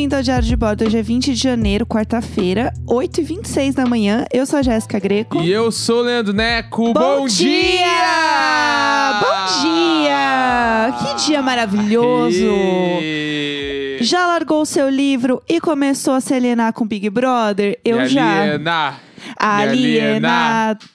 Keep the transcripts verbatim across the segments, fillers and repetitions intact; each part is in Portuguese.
Bem-vindo ao Diário de Bordo. Hoje é vinte de janeiro, quarta-feira, oito e vinte e seis da manhã. Eu sou a Jéssica Greco. E eu sou o Leandro Neco. Bom, Bom dia! dia! Bom dia! Que dia maravilhoso! E... Já largou o seu livro e começou a se alienar com Big Brother? Eu Me já. Alienar. Alienado.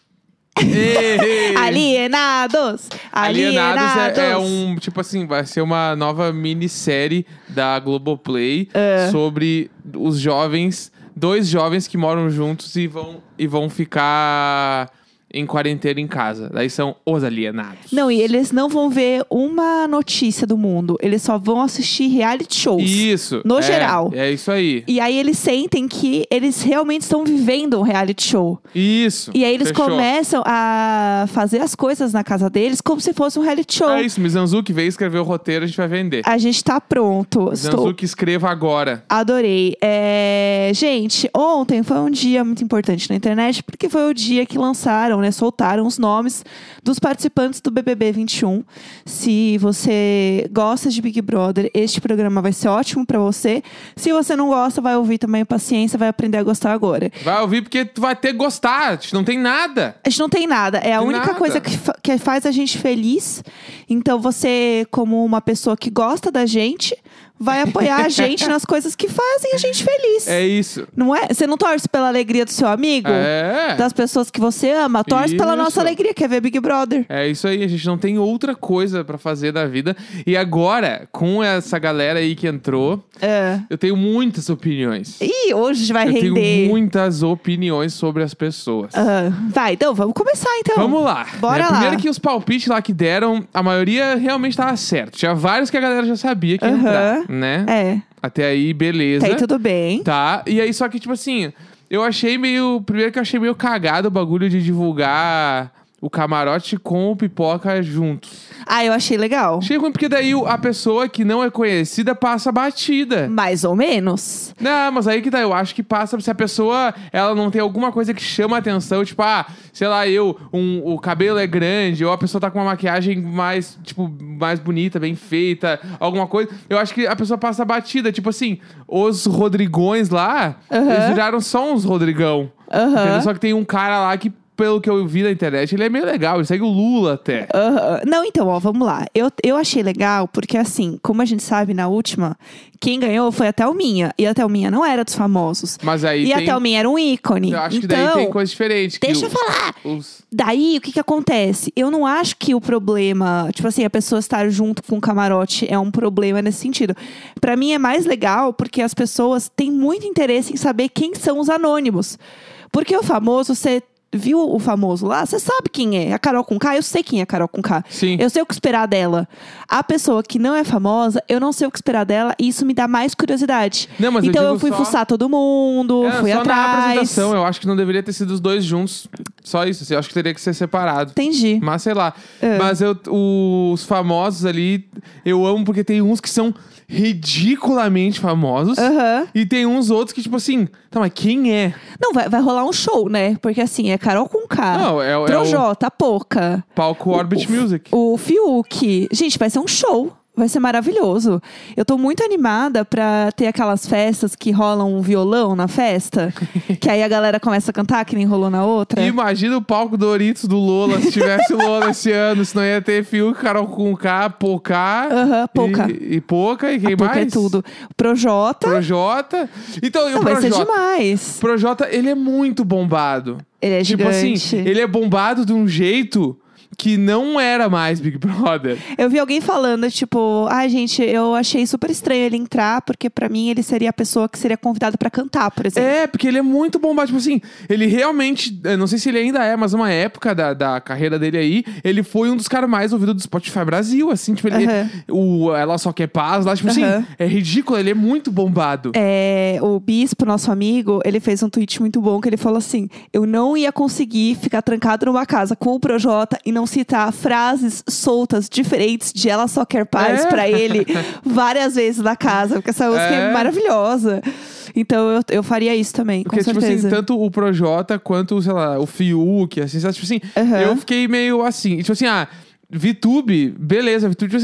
Ei. Alienados! Alienados, Alienados! é, é um, tipo assim, vai ser uma nova minissérie da Globoplay É. sobre os jovens, dois jovens que moram juntos e vão, e vão ficar em quarentena em casa. Daí são os alienados. Não, e eles não vão ver uma notícia do mundo. Eles só vão assistir reality shows. Isso. No é, geral. É isso aí. E aí eles sentem que eles realmente estão vivendo um reality show. Isso. E aí eles Fechou. começam a fazer as coisas na casa deles como se fosse um reality show. É isso, Mizanzuki veio escrever o roteiro, a gente vai vender. A gente tá pronto. Estou... Mizanzuki, escreva agora. Adorei. É... Gente, ontem foi um dia muito importante na internet, porque foi o dia que lançaram, né, soltaram os nomes dos participantes do B B B vinte e um. Se você gosta de Big Brother, este programa vai ser ótimo pra você. Se você não gosta, vai ouvir também, paciência, vai aprender a gostar agora. Vai ouvir porque tu vai ter que gostar, a gente não tem nada. A gente não tem nada. É a Tem única nada. coisa que, fa- que faz a gente feliz. Então você, como uma pessoa que gosta da gente, vai apoiar a gente nas coisas que fazem a gente feliz. É isso. Não é? Você não torce pela alegria do seu amigo? É. Das pessoas que você ama? Torce pela Isso. nossa alegria, que é ver Big Brother. É isso aí, a gente não tem outra coisa pra fazer da vida. E agora, com essa galera aí que entrou, É. eu tenho muitas opiniões. Ih, hoje a gente vai eu render. tenho muitas opiniões sobre as pessoas. Ah, vai, então, vamos começar então. Vamos lá. Bora né? lá. Primeiro que os palpites lá que deram, a maioria realmente tava certo. Tinha vários que a galera já sabia que ia Aham. entrar, né? É, Até aí, beleza. tá aí tudo bem. Tá, e aí só que, tipo assim, eu achei meio... Primeiro que eu achei meio cagado o bagulho de divulgar o camarote com o Pipoca juntos. Ah, eu achei legal. Achei ruim porque daí o- a pessoa que não é conhecida passa batida. Mais ou menos. Não, mas aí que tá, eu acho que passa se a pessoa, ela não tem alguma coisa que chama a atenção, tipo, ah, sei lá, eu, um, o cabelo é grande, ou a pessoa tá com uma maquiagem mais, tipo, mais bonita, bem feita, alguma coisa, eu acho que a pessoa passa batida, tipo assim, os Rodrigões lá, Aham. eles viraram só uns Rodrigão, Aham. entendeu? Só que tem um cara lá que, pelo que eu vi na internet, ele é meio legal, ele segue o Lula até. Aham. Não, então, ó, vamos lá. Eu, eu achei legal porque, assim, como a gente sabe, na última, quem ganhou foi a Thelminha. E a Thelminha não era dos famosos. Mas aí E tem... a Thelminha era um ícone. Eu acho que então, daí tem coisa diferente. que deixa o- eu falar. os- Daí, o que que acontece? Eu não acho que o problema, tipo assim, a pessoa estar junto com o camarote é um problema nesse sentido. Pra mim é mais legal porque as pessoas têm muito interesse em saber quem são os anônimos. Porque o famoso, você viu o famoso lá? Você sabe quem é. A Carol Conká, eu sei quem é a Carol Conká. Sim. Eu sei o que esperar dela. A pessoa que não é famosa, eu não sei o que esperar dela e isso me dá mais curiosidade. Não, mas eu então eu, digo fui só- fuçar todo mundo, É, fui só na atrás. apresentação, eu acho que não deveria ter sido os dois juntos. Só isso, assim, eu acho que teria que ser separado. Entendi. Mas sei lá. É. Mas eu, os famosos ali, eu amo porque tem uns que são ridiculamente famosos. Aham. E tem uns outros que, tipo assim, tá, mas quem é? Não, vai, vai rolar um show, né? Porque assim, é Carol Conká, Não, é o- é o- Projota, Poca, Palco Orbit Music. o Fiuk. Gente, vai ser um show. Vai ser maravilhoso. Eu tô muito animada pra ter aquelas festas que rolam um violão na festa. Que aí a galera começa a cantar, que nem rolou na outra. E imagina o palco Doritos do Lola, se tivesse Lola esse ano, senão ia ter Fiuk, Carol Conká, Pocá. Aham, Poca. E, e Poca, e quem Poca mais? é tudo. Projota. Projota. Então, e o Não, vai ser Projota? demais. O Projota, ele é muito bombado. Ele é Tipo gigante. assim, ele é bombado de um jeito que não era mais Big Brother. Eu vi alguém falando, tipo, ai, gente, eu achei super estranho ele entrar, porque pra mim ele seria a pessoa que seria convidada pra cantar, por exemplo. É, porque ele é muito bombado. Tipo assim, ele realmente... Eu não sei se ele ainda é, mas uma época da, da carreira dele aí, ele foi um dos caras mais ouvidos do Spotify Brasil, assim. Tipo, ele... Aham. O Ela Só Quer Paz lá, tipo Aham. assim, é ridículo. Ele é muito bombado. É, o Bispo, nosso amigo, ele fez um tweet muito bom que ele falou assim: eu não ia conseguir ficar trancado numa casa com o Projota e não citar frases soltas, diferentes de Ela Só Quer Paz É. pra ele várias vezes na casa, porque essa música é, É. maravilhosa. Então eu, eu faria isso também, Porque, com tipo certeza. assim, tanto o Projota quanto, sei lá, o Fiuk, assim, sabe? Tipo assim, Aham. eu fiquei meio assim. E, tipo assim, ah, VTube, beleza, VTube, tipo assim,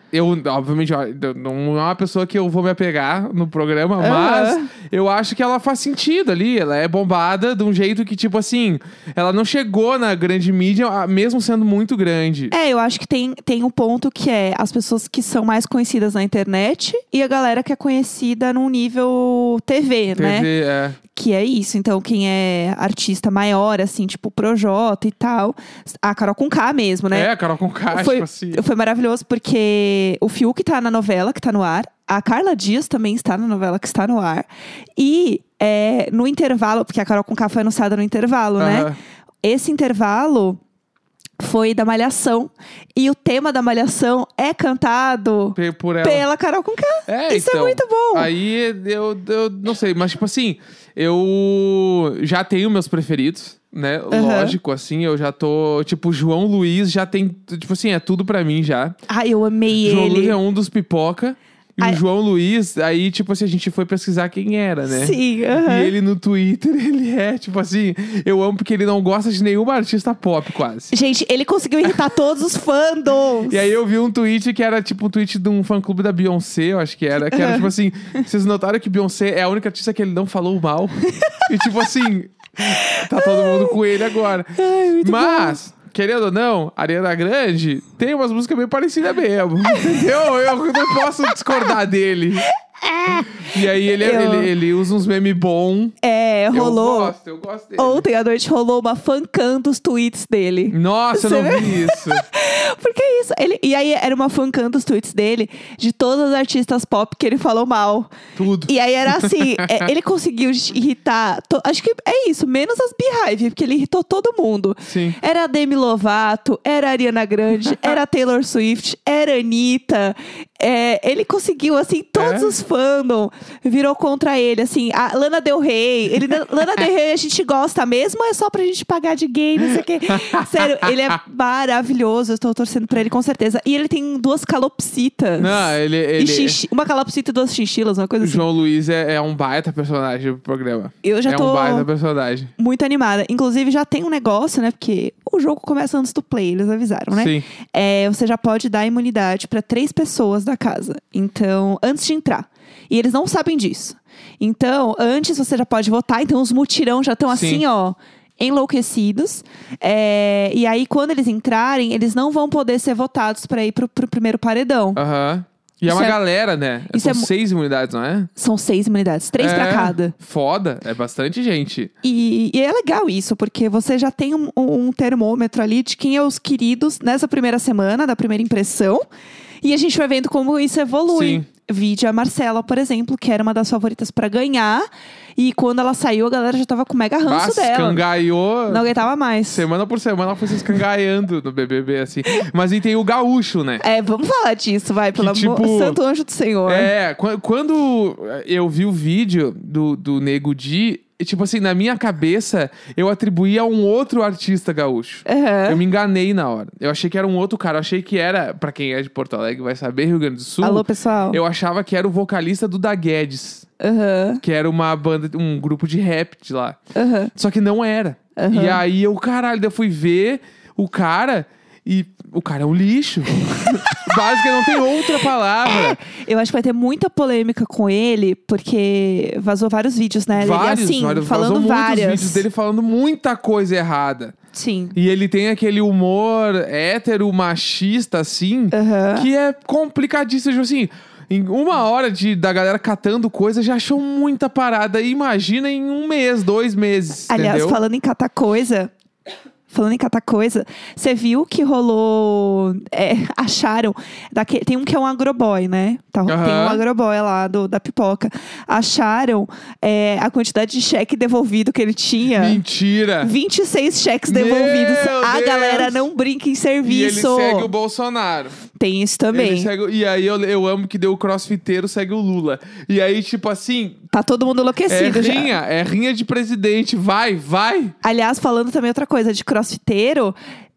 Eu, obviamente, ó, eu não é uma pessoa que eu vou me apegar no programa, Aham. mas eu acho que ela faz sentido ali. Ela é bombada de um jeito que, tipo assim, ela não chegou na grande mídia, ah, mesmo sendo muito grande. É, eu acho que tem, tem um ponto que é as pessoas que são mais conhecidas na internet e a galera que é conhecida num nível T V, né? T V, é. Que é isso. Então, quem é artista maior, assim, tipo Projota e tal. A Carol Conká mesmo, né? É, a Carol Conká, Foi, tipo assim. foi maravilhoso porque o Fiuk tá na novela que tá no ar. A Carla Dias também está na novela que está no ar. E é, no intervalo, porque a Carol Conká foi anunciada no intervalo, né? Aham. Esse intervalo foi da Malhação. E o tema da Malhação é cantado Pe- Por ela. pela Carol Conká. É, Isso então, é muito bom. Aí eu, eu não sei, mas tipo assim, eu já tenho meus preferidos, né? Lógico, assim, eu já tô. Tipo, João Luiz já tem. Tipo assim, é tudo pra mim já. Ai, eu amei João ele. Luiz é um dos pipoca. E Ai. o João Luiz, aí, tipo assim, a gente foi pesquisar quem era, né? Sim, aham. E ele no Twitter, ele é, tipo assim, eu amo porque ele não gosta de nenhuma artista pop, quase. Gente, ele conseguiu irritar todos os fandoms. E aí eu vi um tweet que era tipo um tweet de um fã-clube da Beyoncé, eu acho que era. Que era tipo assim, vocês notaram que Beyoncé é a única artista que ele não falou mal? E tipo assim, tá todo mundo com ele agora. Ai, muito Mas, querendo ou não, Ariana Grande tem umas músicas bem parecidas mesmo. Entendeu? Eu não posso discordar dele. E aí ele, Eu- ele, ele usa uns memes bons. É, rolou. Eu gosto, eu gosto dele. Ontem à noite rolou uma fancam dos tweets dele. Nossa, eu Você não vê? vi isso. Porque é isso. Ele, e aí era uma fancam dos tweets dele de todas as artistas pop que ele falou mal. Tudo. E aí era assim, é, ele conseguiu irritar. to- acho que é isso, menos as Beehive, porque ele irritou todo mundo. Sim. Era a Demi Lovato, era a Ariana Grande, era a Taylor Swift, era a Anitta. É, ele conseguiu, assim, todos É? os fandom virou contra ele, assim, a Lana Del Rey. Ele, Lana Del Rey a gente gosta mesmo, ou é só pra gente pagar de gay, não sei o quê. Sério, ele é maravilhoso, eu estou torcendo pra ele com certeza. E ele tem duas calopsitas. Não, ele. E ele xixi- uma calopsita e duas chinchilas, uma coisa O assim. João Luiz é, é um baita personagem do programa. Eu já é tô um baita personagem. muito animada. Inclusive, já tem um negócio, né? Porque o jogo começa antes do play, eles avisaram, né? Sim. É, você já pode dar imunidade pra três pessoas da casa. Então, antes de entrar. E eles não sabem disso. Então, antes você já pode votar. Então, os mutirão já estão Sim. assim, ó, enlouquecidos. É, e aí, quando eles entrarem, eles não vão poder ser votados pra ir pro, pro primeiro paredão. Aham. E é Isso uma é- galera, né? isso São é mu- seis imunidades, não é? São seis imunidades, três pra É, cada. Foda, é bastante gente. E, e é legal isso, porque você já tem um, um termômetro ali de quem é os queridos nessa primeira semana, da primeira impressão. E a gente vai vendo como isso evolui. Sim. Vide a Marcela, por exemplo, que era uma das favoritas pra ganhar. E quando ela saiu, a galera já tava com mega ranço Bah, dela. escangaiou. Não aguentava mais. Semana por semana ela foi se escangaiando no B B B, assim. Mas e tem o gaúcho, né? É, vamos falar disso, vai, pelo Que, amor. tipo, Santo anjo do Senhor. É, qu- quando eu vi o vídeo do, do Nego Di, e, tipo assim, na minha cabeça, eu atribuía a um outro artista gaúcho. Aham. Eu me enganei na hora. Eu achei que era um outro cara. Eu achei que era, pra quem é de Porto Alegre vai saber, Rio Grande do Sul. Alô, pessoal. Eu achava que era o vocalista do Da Guedes, Aham, que era uma banda, um grupo de rap de lá. aham. Só que não era. Aham. E aí eu, caralho, daí eu fui ver o cara e o cara é um lixo. Basicamente não tem outra palavra. Eu acho que vai ter muita polêmica com ele, porque vazou vários vídeos, né? dele, Vários, assim, vários, falando vazou várias. muitos vídeos dele falando muita coisa errada. Sim. E ele tem aquele humor hétero, machista, assim, Aham. que é complicadíssimo. Tipo assim, em uma hora de, da galera catando coisa, já achou muita parada. Imagina em um mês, dois meses, Aliás, entendeu? falando em catar coisa. Falando em catar coisa, você viu que rolou. É, acharam. Daquele, tem um que é um agroboy, né? Tá, Tem Aham. um agroboy lá do, da pipoca. Acharam é, a quantidade de cheque devolvido que ele tinha. Mentira! vinte e seis cheques Meu devolvidos. A Deus! galera não brinca em E ele serviço. segue o Bolsonaro. Tem isso Ele também. segue- e aí eu, eu amo que deu o crossfiteiro, segue o Lula. E aí, tipo assim, Tá todo mundo é enlouquecido já. rinha, é rinha de presidente. Vai, vai! Aliás, falando também outra coisa de crossfiteiro,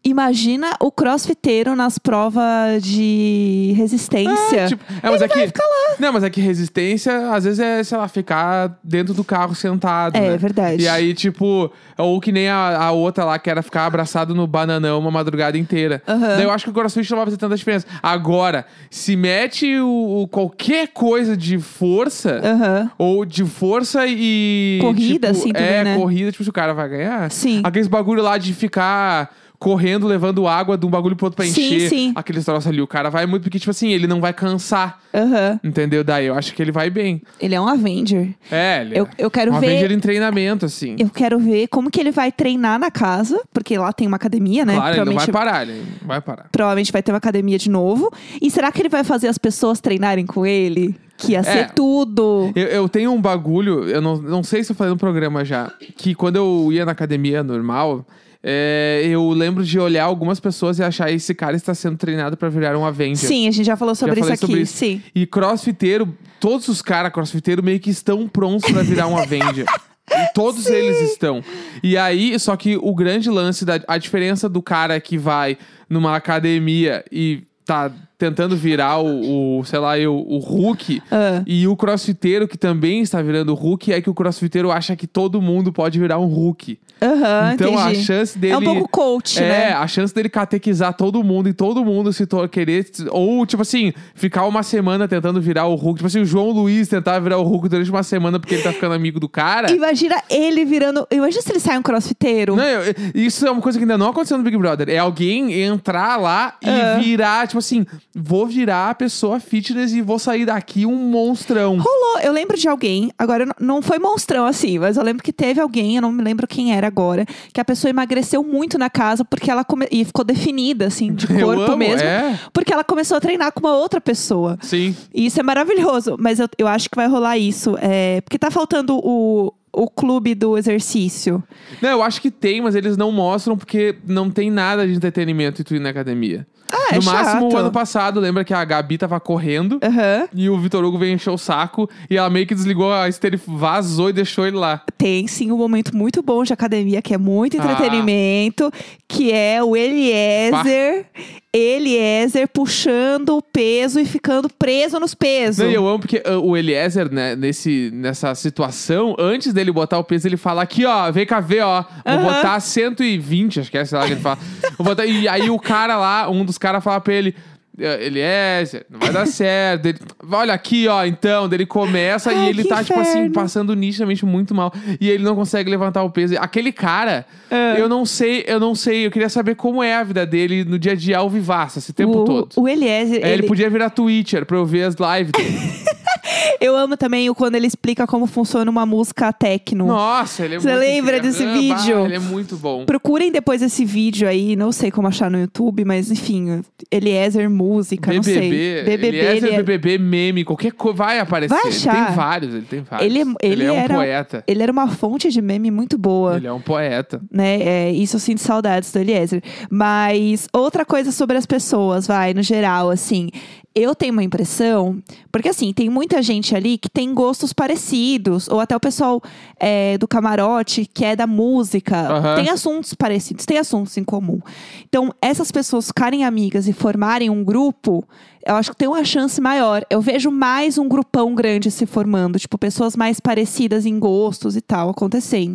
Imagina o crossfiteiro nas provas de resistência. É, tipo, é, mas Ele é que, vai ficar lá. Não, mas é que resistência, às vezes é, sei lá, ficar dentro do carro sentado, É, né? verdade. E aí, tipo, ou que nem a, a outra lá, que era ficar abraçado no bananão uma madrugada inteira. Aham. Daí eu acho que o crossfit não vai fazer tanta diferença. Agora, se mete o, o qualquer coisa de força, Aham. ou de força e... Corrida, tipo, assim, também, É, né? corrida, tipo, se o cara vai ganhar. Sim. Aqueles bagulho lá de ficar... correndo, levando água de um bagulho pro outro pra Sim, encher. sim. Aqueles troços ali. O cara vai muito porque, tipo assim, ele não vai cansar. Aham. Entendeu? Daí eu acho que ele vai bem. Ele é um Avenger. É, ele Eu, eu quero um ver. Avenger em treinamento, assim. Eu quero ver como que ele vai treinar na casa, porque lá tem uma academia, né? Claro, ele não vai Provavelmente- parar, ele não vai parar. Provavelmente vai ter uma academia de novo. E será que ele vai fazer as pessoas treinarem com ele? Que ia É. ser tudo. Eu, eu tenho um bagulho, eu não, não sei se eu falei no programa já, que quando eu ia na academia normal, é, eu lembro de olhar algumas pessoas e achar esse cara está sendo treinado pra virar um Avenger. Sim, a gente já falou sobre Já isso falei aqui. sobre isso. Sim. E crossfiteiro, todos os caras crossfiteiros meio que estão prontos pra virar um Avenger. E todos eles estão. E aí, só que o grande lance, da, a diferença do cara que vai numa academia e tá tentando virar o, o sei lá, eu, o Hulk, Ah. e o crossfiteiro que também está virando o Hulk, é que o crossfiteiro acha que todo mundo pode virar um Hulk. Aham, Então a entendi. chance dele... É um pouco coach, É, né? a chance dele catequizar todo mundo e todo mundo se to- querer... Ou, tipo assim, ficar uma semana tentando virar o Hulk. Tipo assim, o João Luiz tentar virar o Hulk durante uma semana porque ele tá ficando amigo do cara. Imagina ele virando. Imagina se ele sai um crossfiteiro. Não, eu- isso é uma coisa que ainda não aconteceu no Big Brother. É alguém entrar lá e Ah. virar, tipo assim, vou virar a pessoa fitness e vou sair daqui um monstrão. Rolou, eu lembro de alguém, agora não- não foi monstrão assim, mas eu lembro que teve alguém, eu não me lembro quem era agora, que a pessoa emagreceu muito na casa porque ela come... e ficou definida, assim, de Eu corpo amo, mesmo, é. porque ela começou a treinar com uma outra pessoa. Sim. E isso é maravilhoso, mas eu, eu acho que vai rolar isso. É, porque tá faltando o, o clube do exercício. Não, eu acho que tem, mas eles não mostram porque não tem nada de entretenimento e tu ir na academia. Ah, é no máximo, chato. o ano passado, lembra que a Gabi tava correndo Aham. e o Vitor Hugo veio encher o saco e ela meio que desligou a esteira, vazou e deixou ele lá. Tem sim um momento muito bom de academia, que é muito Ah. entretenimento, que é o Eliezer. Eliezer puxando o peso e ficando preso nos pesos. Não, e eu amo porque uh, o Eliezer, né, nesse, nessa situação, antes dele botar o peso, ele fala aqui, ó, vem cá ver, ó, vou Aham. botar cento e vinte, acho que é, sei lá que ele fala. Vou botar, e aí o cara lá, um dos caras fala pra ele, Eliezer, não vai dar certo. Ele, olha aqui, ó, então, dele começa Ai, e ele que tá, tipo assim, inferno. passando nitidamente muito mal. E ele não consegue levantar o peso. Aquele cara, Ah. eu não sei, eu não sei, eu queria saber como é a vida dele no dia a dia ao vivaça, esse tempo o, todo. O Eliezer, É, ele... ele- podia virar Twitcher pra eu ver as lives dele. eu amo também o quando ele explica como funciona uma música techno. Nossa, ele é Você muito lembra incrível. desse Ah, vídeo? bah, ele é muito bom. Procurem depois esse vídeo aí, não sei como achar no YouTube, mas enfim, Eliezer música, não sei. B B B, B B B, Eliezer, ele, é- B B B, meme, qualquer coisa vai aparecer. Vai Ele achar. tem vários, ele tem vários. ele, ele, é um era, poeta. ele era uma fonte de meme muito boa. Ele é um poeta. Né? É, isso eu sinto saudades do Eliezer. Mas outra coisa sobre as pessoas, vai, no geral, assim. Eu tenho uma impressão, porque assim, tem muita gente ali que tem gostos parecidos, ou até o pessoal é, do camarote, que é da música, Aham. tem assuntos parecidos, tem assuntos em comum. Então, essas pessoas ficarem amigas e formarem um grupo, eu acho que tem uma chance maior. Eu vejo mais um grupão grande se formando, tipo, pessoas mais parecidas em gostos e tal, acontecendo.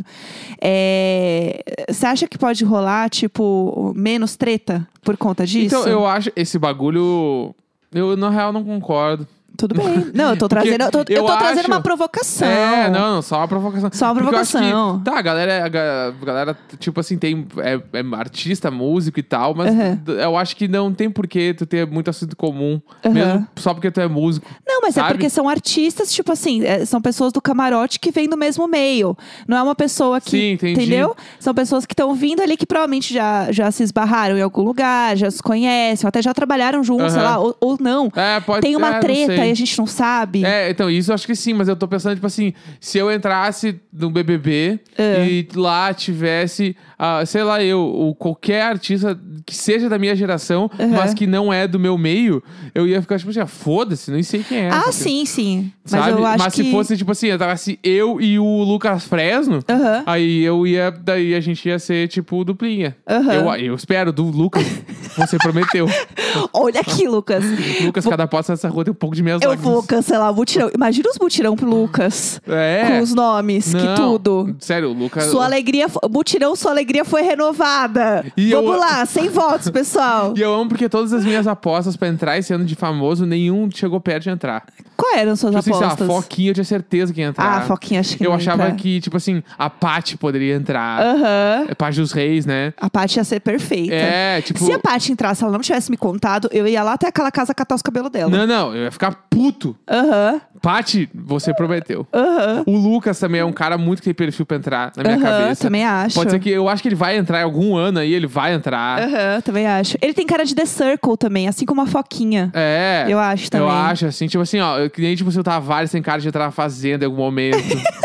É, você acha que pode rolar, tipo, menos treta por conta disso? Então, eu acho esse bagulho. Eu, na real, não concordo. Tudo bem. Não, eu tô Porque trazendo, eu tô, eu eu tô trazendo acho- uma provocação. É, não, não, só uma provocação. Só uma Porque eu acho que- provocação. tá, a galera, a ga- a galera, tipo assim, tem. É, é artista, músico e tal, mas Aham. d- eu acho que não tem porquê tu ter muito assunto comum. Aham. Mesmo só porque tu é músico. Não, mas é sabe? porque são artistas, tipo assim, é, são pessoas do camarote que vêm do mesmo meio. Não é uma pessoa que. Sim, entendi. Entendeu? São pessoas que estão vindo ali que provavelmente já, já se esbarraram em algum lugar, já se conhecem, ou até já trabalharam juntos, sei Aham. lá, ou, ou não. É, pode Tem uma é, não treta sei. e a gente não sabe. É, então, isso eu acho que sim, mas eu tô pensando, tipo assim, se eu entrasse no B B B É. e lá tivesse ah, sei lá, eu, ou qualquer artista que seja da minha geração, Uhum. mas que não é do meu meio, eu ia ficar tipo assim, ah, foda-se, nem sei quem é. Ah, sabe? sim, sim. Mas Sabe? eu acho Mas que... se fosse, tipo assim, eu tava eu e o Lucas Fresno, Aham. aí eu ia, daí a gente ia ser, tipo, duplinha. Aham. Eu, eu espero, do Lucas, você prometeu. Olha aqui, Lucas. Lucas, Vou- cada aposta nessa rua tem um pouco de minhas Eu lágrimas. vou cancelar o mutirão. Imagina os mutirão pro Lucas. É. Com os nomes, Não, que tudo. Sério, o Lucas... Sua alegria, fo- mutirão, sua alegria foi renovada. E Vamos eu- lá, sem votos, pessoal. E eu amo porque todas as minhas apostas pra entrar esse ano de famoso, nenhum chegou perto de entrar. Qual eram suas Tipo assim, sei lá, apostas? Foquinha eu tinha certeza que ia entrar. Ah, Foquinha, acho que Eu não ia achava entrar. que, tipo assim, a Paty poderia entrar. Aham. É Paty dos Reis, né? A Paty ia ser perfeita. É, tipo... Se a Paty entrasse, ela não tivesse me contado, eu ia lá até aquela casa catar os cabelos dela. Não, não, eu ia ficar puto. Aham, Paty, você prometeu. aham. O Lucas também é um cara muito que tem perfil pra entrar, na minha Aham, cabeça. também acho. Pode ser que eu acho que ele vai entrar em algum ano aí, ele vai entrar. Aham, também acho. Ele tem cara de The Circle também, assim como a Foquinha. É. Eu acho também. Eu acho, assim, tipo assim, ó, que nem tipo, se o Tavares tem cara de entrar na fazenda em algum momento.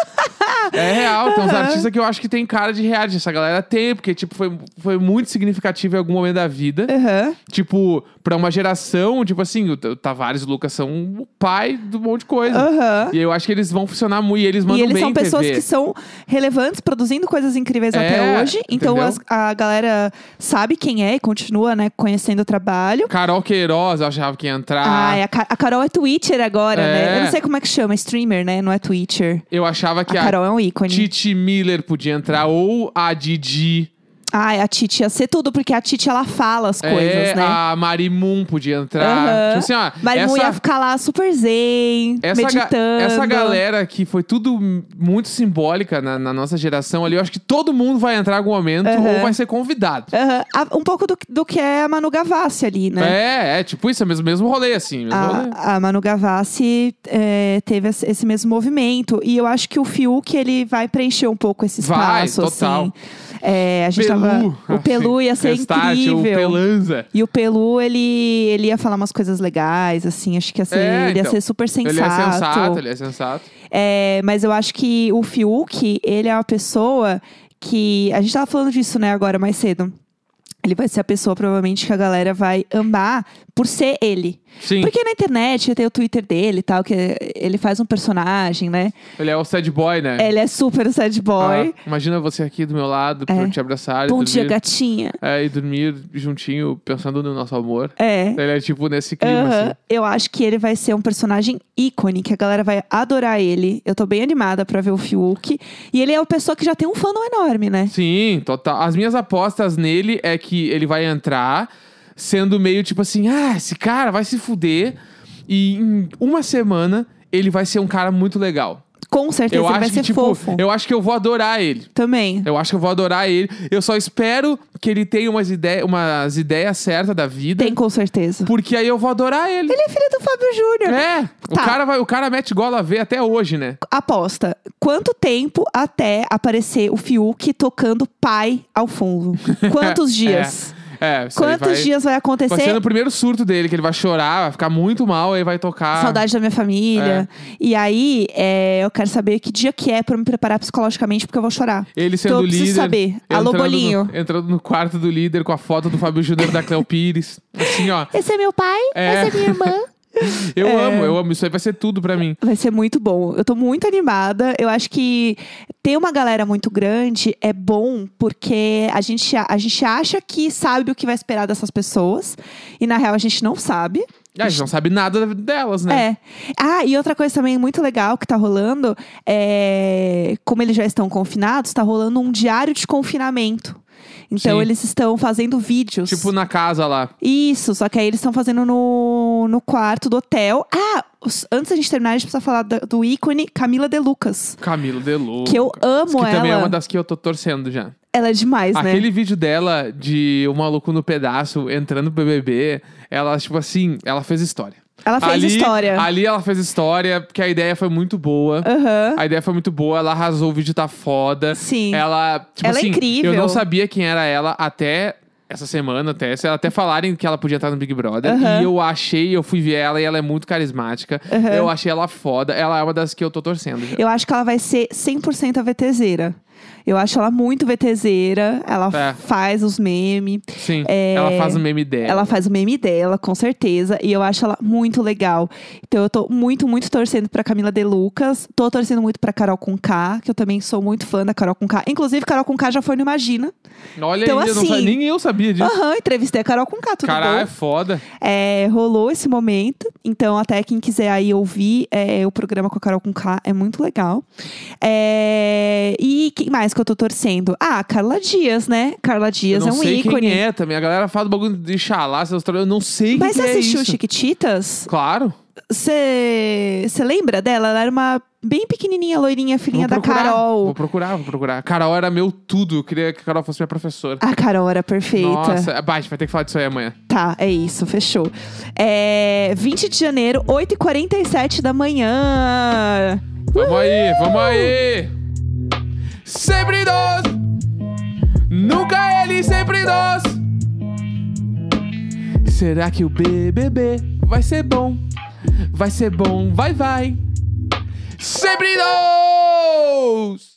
É real, tem uns artistas que eu acho que tem cara de reality. Essa galera tem, porque, tipo, foi, foi muito significativo em algum momento da vida. Aham. Tipo, pra uma geração, tipo assim, o, o Tavares e o Lucas são o pai de um monte de coisa. Aham. E eu acho que eles vão funcionar muito, e eles mandam E eles bem são em pessoas T V. que são relevantes, produzindo coisas incríveis É, até hoje. Então entendeu? as- a galera sabe quem é e continua, né, conhecendo o trabalho. Carol Queiroz, eu achava que ia entrar. Ah, a, Ca- a Carol é Twitcher agora, É. né? Eu não sei como é que chama, streamer, né? Não é Twitcher. Eu achava que A a, Carol é um ícone. Titi Miller podia entrar, ou a Didi. Ah, a Titi ia ser tudo, porque a Titi, ela fala as coisas, é, né? a Mari Moon podia entrar. Aham. Tipo assim, ó. Marimu essa... ia ficar lá super zen, Essa, ga- meditando. essa galera que foi tudo m- muito simbólica na, na nossa geração ali, eu acho que todo mundo vai entrar em algum momento Aham. ou vai ser convidado. Aham. A- Um pouco do, do que é a Manu Gavassi ali, né? É, é, tipo isso, é mesmo, mesmo rolê, assim. Mesmo rolê. A, a Manu Gavassi é, teve esse esse mesmo movimento. E eu acho que o Fiuk, ele vai preencher um pouco esse Vai, espaço, total. assim. É, a gente Pelu. tava... O Pelu ia ser Restart, o incrível. Pelanza. E o Pelu, ele, ele ia falar umas coisas legais, assim. Acho que ia ser, É, ele ia então. ser super sensato. Ele é sensato, ele é sensato. É, mas eu acho que o Fiuk, ele é uma pessoa que... A gente tava falando disso, né, agora, mais cedo. Ele vai ser a pessoa, provavelmente, que a galera vai amar por ser ele. Sim, Porque na internet tem o Twitter dele e tal, que ele faz um personagem, né? ele é o sad boy, né? Ele é super sad boy. Ah, imagina você aqui do meu lado, pra É. eu te abraçar Bom e dia, dormir. gatinha. É, e dormir juntinho, pensando no nosso amor. É. Ele é tipo nesse clima, Aham. assim. Eu acho que ele vai ser um personagem ícone, que a galera vai adorar ele. Eu tô bem animada pra ver o Fiuk. E ele é uma pessoa que já tem um fandom enorme, né? Sim, total. As minhas apostas nele é que ele vai entrar sendo meio tipo assim, ah, esse cara vai se fuder e em uma semana ele vai ser um cara muito legal. Com certeza, Eu ele vai acho ser que, tipo, fofo. eu acho que eu vou adorar ele. Também. Eu acho que eu vou adorar ele. Eu só espero que ele tenha umas, ideias umas ideias certas da vida. Tem, com certeza. Porque aí eu vou adorar ele. Ele é filho do Fábio Júnior. É, o, Tá. cara vai, o cara mete gola a ver até hoje, né? Aposta. Quanto tempo até aparecer o Fiuk tocando pai ao fundo? Quantos dias? É, isso aí Quantos vai, dias vai acontecer? vai ser no primeiro surto dele, que ele vai chorar, vai ficar muito mal, aí vai tocar... Saudade da minha família. E aí, é, eu quero saber que dia que é pra eu me preparar psicologicamente, porque eu vou chorar. Ele Então sendo eu preciso líder. saber. Alô, entrando Bolinho. No, entrando no quarto do líder com a foto do Fábio Júnior da Cleo Pires. Assim, ó. Esse é meu pai, É. essa é minha irmã. Eu É. amo, eu amo. Isso aí vai ser tudo pra mim. Vai ser muito bom. Eu tô muito animada. Eu acho que ter uma galera muito grande é bom porque a gente, a gente acha que sabe o que vai esperar dessas pessoas. E na real a gente não sabe. Ah, a gente não sabe nada delas, né? É. Ah, e outra coisa também muito legal que tá rolando é. Como eles já estão confinados, tá rolando um diário de confinamento. Então Sim. eles estão fazendo vídeos. Tipo na casa lá. Isso, só que aí eles estão fazendo no, no quarto do hotel. Ah, os- antes da gente terminar, a gente precisa falar da- do ícone Camila De Lucas. Camila De Lucas. Que eu amo que também é ela. uma das que eu tô torcendo já. Ela é demais, né? Aquele vídeo dela de O Maluco no Pedaço entrando pro B B B, ela, tipo assim, ela fez história. Ela fez ali, história. Ali ela fez história, porque a ideia foi muito boa. Aham. A ideia foi muito boa, ela arrasou, o vídeo tá foda. Sim. Ela, tipo Ela é assim, incrível. eu não sabia quem era ela até essa semana, até, se- até falarem que ela podia estar no Big Brother. Aham. E eu achei, eu fui ver ela e ela é muito carismática. Aham. Eu achei ela foda. Ela é uma das que eu tô torcendo já. Eu acho que ela vai ser cem por cento a VTZera. Eu acho ela muito VTZera. Ela É. faz os memes. Sim, É, ela faz o meme dela. Ela faz o meme dela, com certeza. E eu acho ela muito legal. Então eu tô muito, muito torcendo pra Camila De Lucas. Tô torcendo muito pra Carol Conká, que eu também sou muito fã da Carol Conká. Inclusive, Carol Conká já foi no Imagina. Olha Então, aí, eu não assim- sabia- nem eu sabia disso. Aham, entrevistei a Carol Conká, tudo Caralho, é bom? foda. É, rolou esse momento. Então, até quem quiser aí ouvir é, o programa com a Carol Conká, é muito legal. É, e quem mais que eu tô torcendo? Ah, Carla Dias, né? Carla Eu Dias não é um sei ícone. quem é também. A galera fala do bagulho de xalá, seus tra- eu não sei Mas quem você é assistiu isso. Chiquititas? Claro. Você lembra dela? Ela era uma bem pequenininha, loirinha, filhinha Vou da procurar, Carol. Vou procurar, vou procurar. A Carol era meu tudo. Eu queria que a Carol fosse minha professora. A Carol era perfeita. Nossa, bah, a gente vai ter que falar disso aí amanhã. Tá, é isso, fechou. É, vinte de janeiro, oito e quarenta e sete da manhã. Vamos aí, vamos aí! Sempre nós! Nunca ele, sempre nós! Será que o B B B vai ser bom? Vai ser bom, vai, vai! Sempre nós!